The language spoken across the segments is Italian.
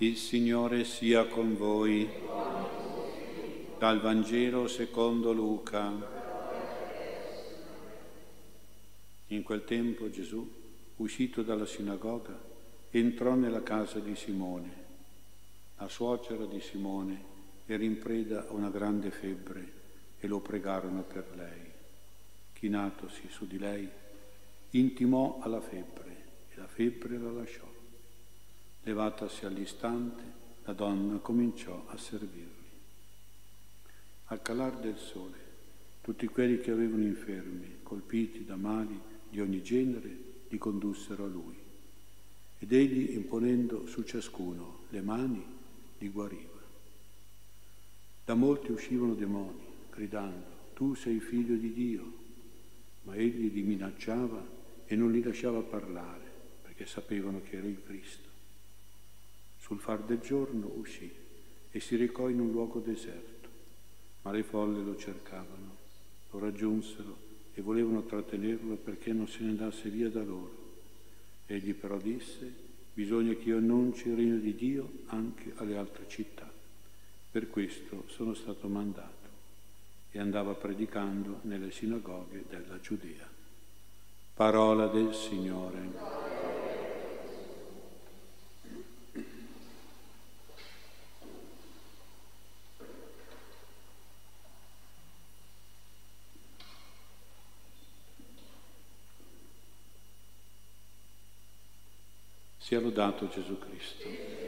Il Signore sia con voi. Dal Vangelo secondo Luca. In quel tempo Gesù, uscito dalla sinagoga, entrò nella casa di Simone. La suocera di Simone era in preda a una grande febbre e lo pregarono per lei. Chinatosi su di lei, intimò alla febbre e la febbre la lasciò. Levatasi all'istante, la donna cominciò a servirli. Al calar del sole, tutti quelli che avevano infermi, colpiti da mali di ogni genere, li condussero a lui. Ed egli, imponendo su ciascuno le mani, li guariva. Da molti uscivano demoni, gridando: «Tu sei figlio di Dio!» Ma egli li minacciava e non li lasciava parlare, perché sapevano che era il Cristo. Sul far del giorno uscì e si recò in un luogo deserto, ma le folle lo cercavano, lo raggiunsero e volevano trattenerlo perché non se ne andasse via da loro. Egli però disse: «Bisogna che io annunci il regno di Dio anche alle altre città. Per questo sono stato mandato». E andava predicando nelle sinagoghe della Giudea. Parola del Signore. Sia lodato Gesù Cristo.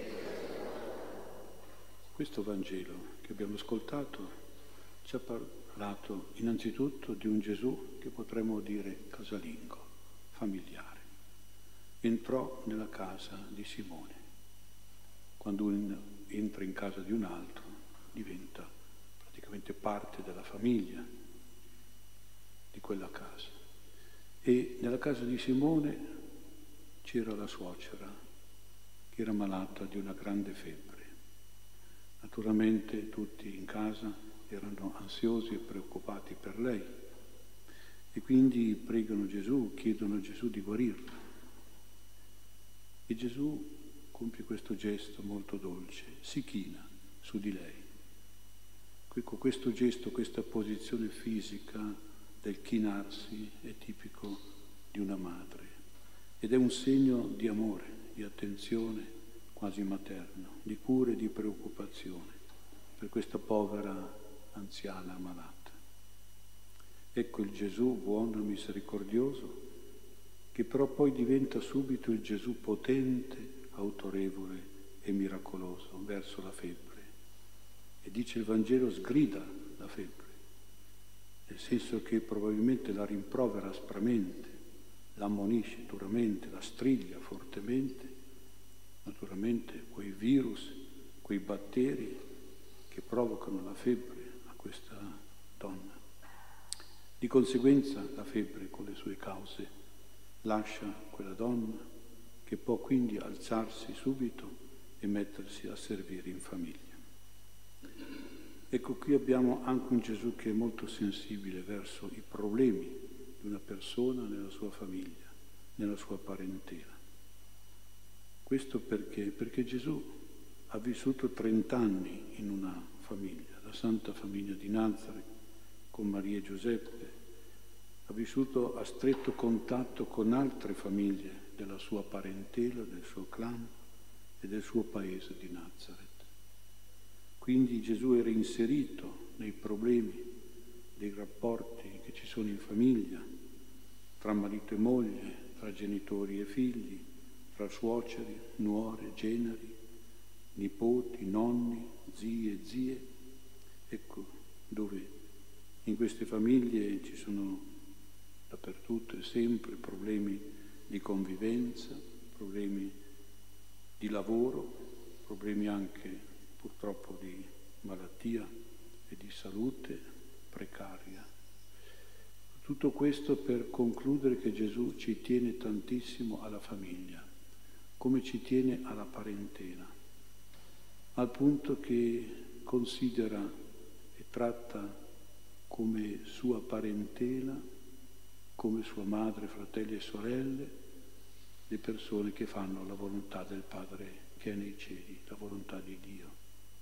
Questo Vangelo che abbiamo ascoltato ci ha parlato innanzitutto di un Gesù che potremmo dire casalingo, familiare. Entrò nella casa di Simone. Quando uno entra in casa di un altro, diventa praticamente parte della famiglia di quella casa. E nella casa di Simone c'era la suocera che era malata di una grande febbre. Naturalmente tutti in casa erano ansiosi e preoccupati per lei e quindi pregano Gesù, chiedono a Gesù di guarirla. E Gesù compie questo gesto molto dolce, si china su di lei. Questo gesto, questa posizione fisica del chinarsi è tipico di una madre ed è un segno di amore, di attenzione quasi materno, di cura e di preoccupazione per questa povera anziana malata. Ecco il Gesù buono e misericordioso, che però poi diventa subito il Gesù potente, autorevole e miracoloso verso la febbre. E dice il Vangelo, sgrida la febbre, nel senso che probabilmente la rimprovera aspramente, la ammonisce duramente, la striglia fortemente, naturalmente quei virus, quei batteri che provocano la febbre a questa donna. Di conseguenza la febbre con le sue cause lascia quella donna che può quindi alzarsi subito e mettersi a servire in famiglia. Ecco, qui abbiamo anche un Gesù che è molto sensibile verso i problemi di una persona nella sua famiglia, nella sua parentela. Questo perché? Perché Gesù ha vissuto 30 anni in una famiglia, la Santa Famiglia di Nazareth, con Maria e Giuseppe, ha vissuto a stretto contatto con altre famiglie della sua parentela, del suo clan e del suo paese di Nazareth. Quindi Gesù era inserito nei problemi dei rapporti che ci sono in famiglia, tra marito e moglie, tra genitori e figli, tra suoceri, nuore, generi, nipoti, nonni, zii e zie. Ecco dove in queste famiglie ci sono dappertutto e sempre problemi di convivenza, problemi di lavoro, problemi anche purtroppo di malattia e di salute precaria. Tutto questo per concludere che Gesù ci tiene tantissimo alla famiglia, come ci tiene alla parentela, al punto che considera e tratta come sua parentela, come sua madre, fratelli e sorelle, le persone che fanno la volontà del Padre che è nei cieli, la volontà di Dio.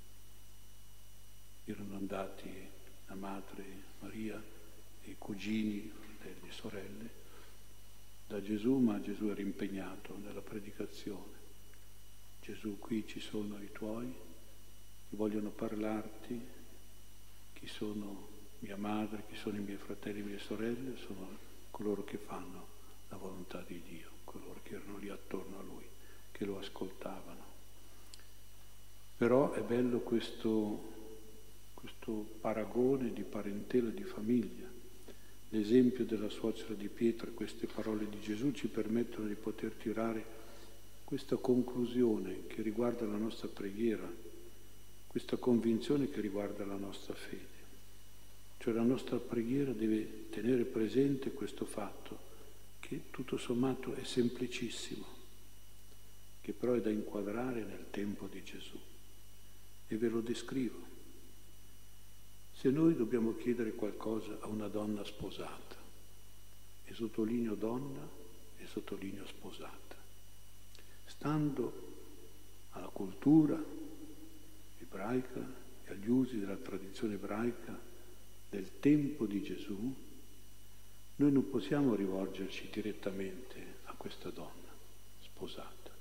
Erano andati la madre Maria e i cugini, fratelli e sorelle, da Gesù, ma Gesù era impegnato nella predicazione. Gesù, qui ci sono i tuoi, che vogliono parlarti, chi sono mia madre, chi sono i miei fratelli e le mie sorelle, sono coloro che fanno la volontà di Dio, coloro che erano lì attorno a Lui, che lo ascoltavano. Però è bello questo paragone di parentela, di famiglia. L'esempio della suocera di Pietro e queste parole di Gesù ci permettono di poter tirare questa conclusione che riguarda la nostra preghiera, questa convinzione che riguarda la nostra fede. Cioè la nostra preghiera deve tenere presente questo fatto, che tutto sommato è semplicissimo, che però è da inquadrare nel tempo di Gesù. E ve lo descrivo. Se noi dobbiamo chiedere qualcosa a una donna sposata, e sottolineo donna e sottolineo sposata, stando alla cultura ebraica e agli usi della tradizione ebraica del tempo di Gesù, noi non possiamo rivolgerci direttamente a questa donna sposata.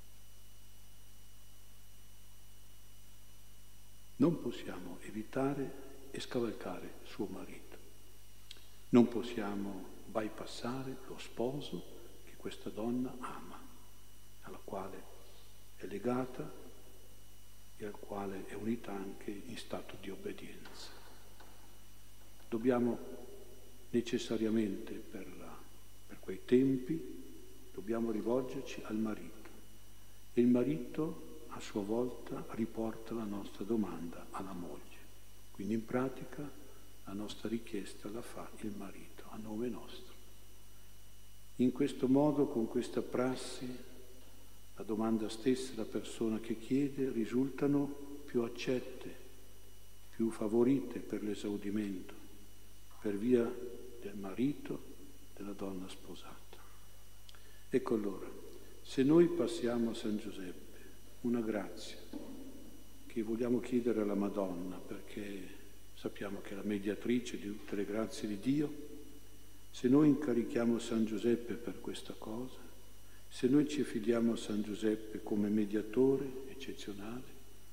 Non possiamo evitare e scavalcare suo marito. Non possiamo bypassare lo sposo che questa donna ama, alla quale è legata e al quale è unita anche in stato di obbedienza. Dobbiamo necessariamente, per quei tempi, dobbiamo rivolgerci al marito. E il marito, a sua volta, riporta la nostra domanda alla moglie. Quindi in pratica la nostra richiesta la fa il marito a nome nostro. In questo modo, con questa prassi, la domanda stessa della persona che chiede risultano più accette, più favorite per l'esaudimento, per via del marito, della donna sposata. Ecco allora, se noi passiamo a San Giuseppe una grazia che vogliamo chiedere alla Madonna, perché sappiamo che è la mediatrice di tutte le grazie di Dio, se noi incarichiamo San Giuseppe per questa cosa, se noi ci affidiamo a San Giuseppe come mediatore eccezionale,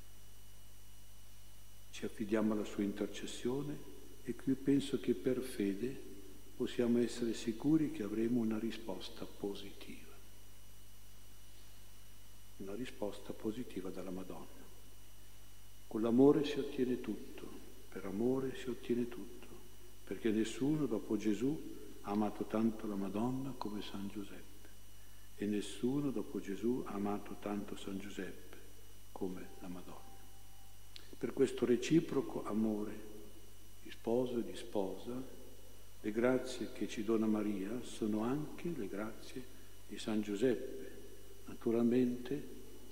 ci affidiamo alla sua intercessione, e qui penso che per fede possiamo essere sicuri che avremo una risposta positiva. Una risposta positiva dalla Madonna. Con l'amore si ottiene tutto, per amore si ottiene tutto, perché nessuno dopo Gesù ha amato tanto la Madonna come San Giuseppe, e nessuno dopo Gesù ha amato tanto San Giuseppe come la Madonna. Per questo reciproco amore di sposo e di sposa, le grazie che ci dona Maria sono anche le grazie di San Giuseppe. Naturalmente,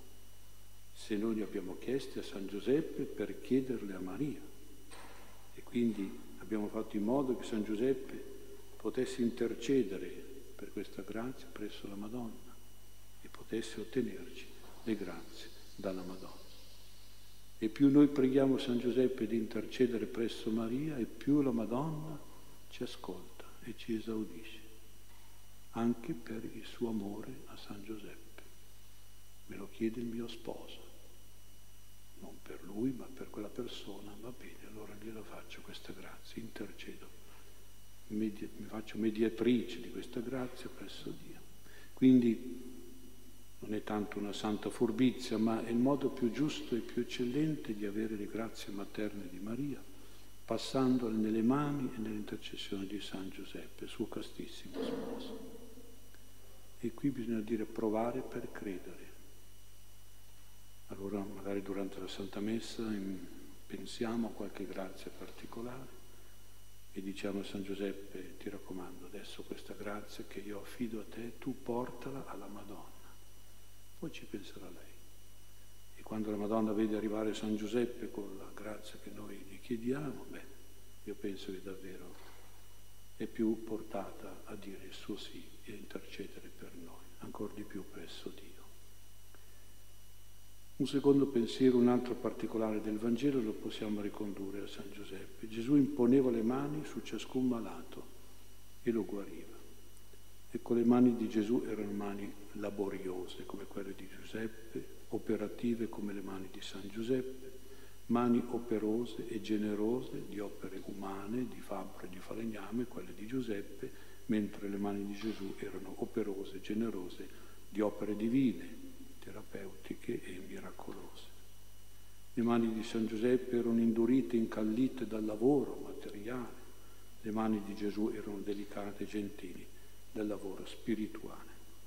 se noi li abbiamo chiesti a San Giuseppe per chiederle a Maria, e quindi abbiamo fatto in modo che San Giuseppe potesse intercedere per questa grazia presso la Madonna e potesse ottenerci le grazie dalla Madonna. E più noi preghiamo San Giuseppe di intercedere presso Maria, e più la Madonna ci ascolta e ci esaudisce, anche per il suo amore a San Giuseppe. Me lo chiede il mio sposo, non per lui ma per quella persona, va bene, allora gliela faccio questa grazia, intercedo, mi faccio mediatrice di questa grazia presso Dio. Quindi non è tanto una santa furbizia, ma è il modo più giusto e più eccellente di avere le grazie materne di Maria, passandole nelle mani e nell'intercessione di San Giuseppe, suo castissimo sposo. E qui bisogna dire provare per credere. Allora magari durante la Santa Messa pensiamo a qualche grazia particolare e diciamo a San Giuseppe: ti raccomando, adesso questa grazia che io affido a te, tu portala alla Madonna. Poi ci penserà lei. E quando la Madonna vede arrivare San Giuseppe con la grazia che noi gli chiediamo, io penso che davvero è più portata a dire il suo sì e a intercedere per noi, ancora di più presso Dio. Un secondo pensiero, un altro particolare del Vangelo lo possiamo ricondurre a San Giuseppe. Gesù imponeva le mani su ciascun malato e lo guariva. Ecco, le mani di Gesù erano mani laboriose come quelle di Giuseppe, operative come le mani di San Giuseppe, mani operose e generose di opere umane, di fabbro e di falegname, quelle di Giuseppe, mentre le mani di Gesù erano operose e generose di opere divine, terapeutiche e miracolose. Le mani di San Giuseppe erano indurite, incallite dal lavoro materiale, le mani di Gesù erano delicate e gentili dal lavoro spirituale.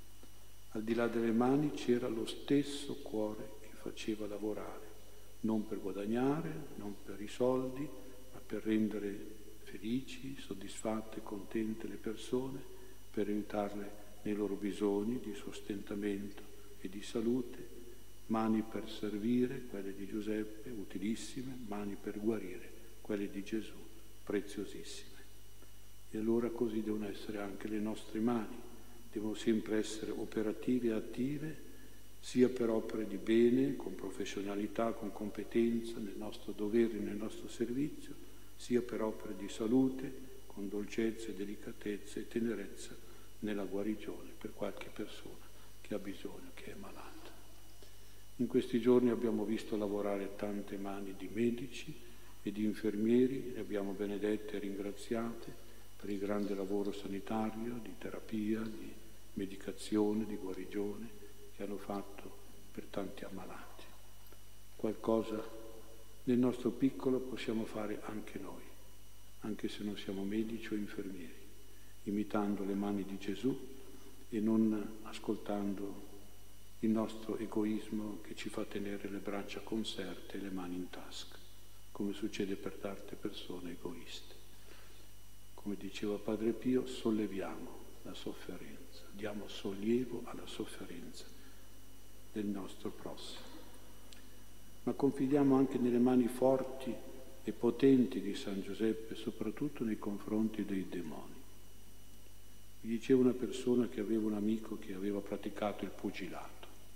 Al di là delle mani c'era lo stesso cuore che faceva lavorare, non per guadagnare, non per i soldi, ma per rendere felici, soddisfatte, contente le persone, per aiutarle nei loro bisogni di sostentamento e di salute, mani per servire, quelle di Giuseppe, utilissime, mani per guarire, quelle di Gesù, preziosissime. E allora così devono essere anche le nostre mani, devono sempre essere operative e attive, sia per opere di bene, con professionalità, con competenza, nel nostro dovere, nel nostro servizio, sia per opere di salute, con dolcezza, delicatezza e tenerezza nella guarigione per qualche persona che ha bisogno, che è malata. In questi giorni abbiamo visto lavorare tante mani di medici e di infermieri, le abbiamo benedette e ringraziate per il grande lavoro sanitario, di terapia, di medicazione, di guarigione che hanno fatto per tanti ammalati. Qualcosa nel nostro piccolo possiamo fare anche noi, anche se non siamo medici o infermieri, imitando le mani di Gesù e non ascoltando il nostro egoismo che ci fa tenere le braccia conserte e le mani in tasca, come succede per tante persone egoiste. Come diceva Padre Pio, solleviamo la sofferenza, diamo sollievo alla sofferenza del nostro prossimo. Ma confidiamo anche nelle mani forti e potenti di San Giuseppe, soprattutto nei confronti dei demoni. Mi diceva una persona che aveva un amico che aveva praticato il pugilato.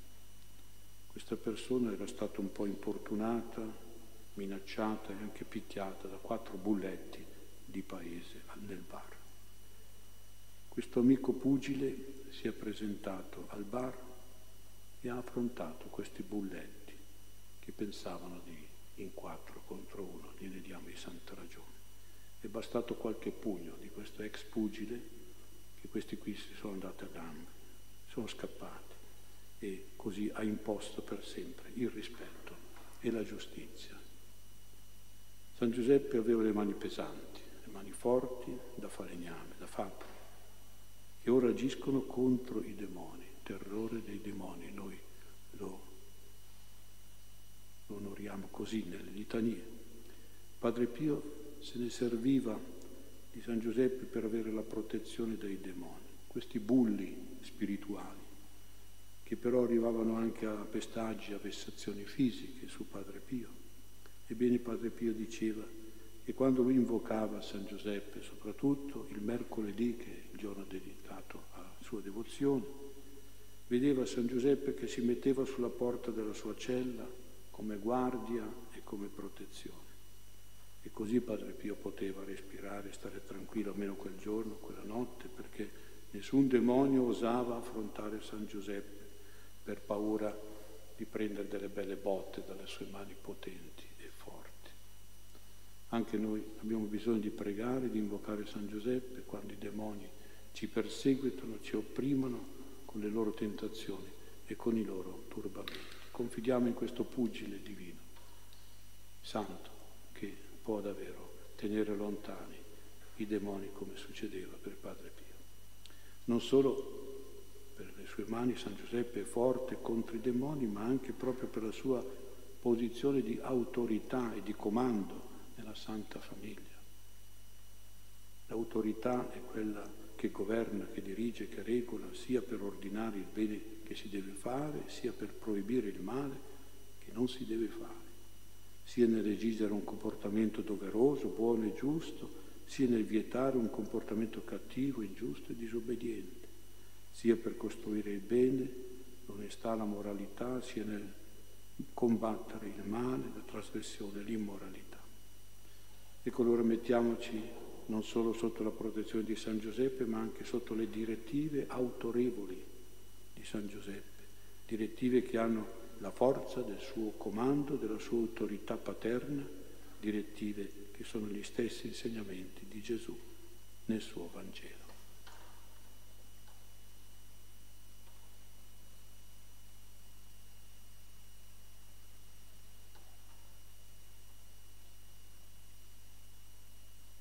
Questa persona era stata un po' importunata, minacciata e anche picchiata da 4 bulletti di paese nel bar. Questo amico pugile si è presentato al bar e ha affrontato questi bulletti che pensavano di in 4 contro 1, gliene diamo di santa ragione. È bastato qualche pugno di questo ex pugile che questi qui si sono andati a gambe, sono scappati e così ha imposto per sempre il rispetto e la giustizia. San Giuseppe aveva le mani pesanti, le mani forti da falegname, da fabbro, che ora agiscono contro i demoni, terrore dei demoni. Noi lo onoriamo così nelle litanie. Padre Pio se ne serviva di San Giuseppe per avere la protezione dai demoni, questi bulli spirituali, che però arrivavano anche a pestaggi, a vessazioni fisiche su Padre Pio. Ebbene Padre Pio diceva che quando lui invocava San Giuseppe, soprattutto il mercoledì, che è il giorno dedicato alla sua devozione, vedeva San Giuseppe che si metteva sulla porta della sua cella come guardia e come protezione. E così Padre Pio poteva respirare, stare tranquillo almeno quel giorno, quella notte, perché nessun demonio osava affrontare San Giuseppe per paura di prendere delle belle botte dalle sue mani potenti e forti. Anche noi abbiamo bisogno di pregare, di invocare San Giuseppe quando i demoni ci perseguitano, ci opprimono con le loro tentazioni e con i loro turbamenti. Confidiamo in questo pugile divino, santo, che può davvero tenere lontani i demoni come succedeva per Padre Pio. Non solo per le sue mani San Giuseppe è forte contro i demoni, ma anche proprio per la sua posizione di autorità e di comando nella Santa Famiglia. L'autorità è quella che governa, che dirige, che regola, sia per ordinare il bene che si deve fare, sia per proibire il male che non si deve fare, sia nel redigere un comportamento doveroso, buono e giusto, sia nel vietare un comportamento cattivo, ingiusto e disobbediente, sia per costruire il bene, l'onestà, la moralità, sia nel combattere il male, la trasgressione, l'immoralità. Ecco, allora mettiamoci non solo sotto la protezione di San Giuseppe, ma anche sotto le direttive autorevoli di San Giuseppe, direttive che hanno la forza del suo comando, della sua autorità paterna, direttive che sono gli stessi insegnamenti di Gesù nel suo Vangelo.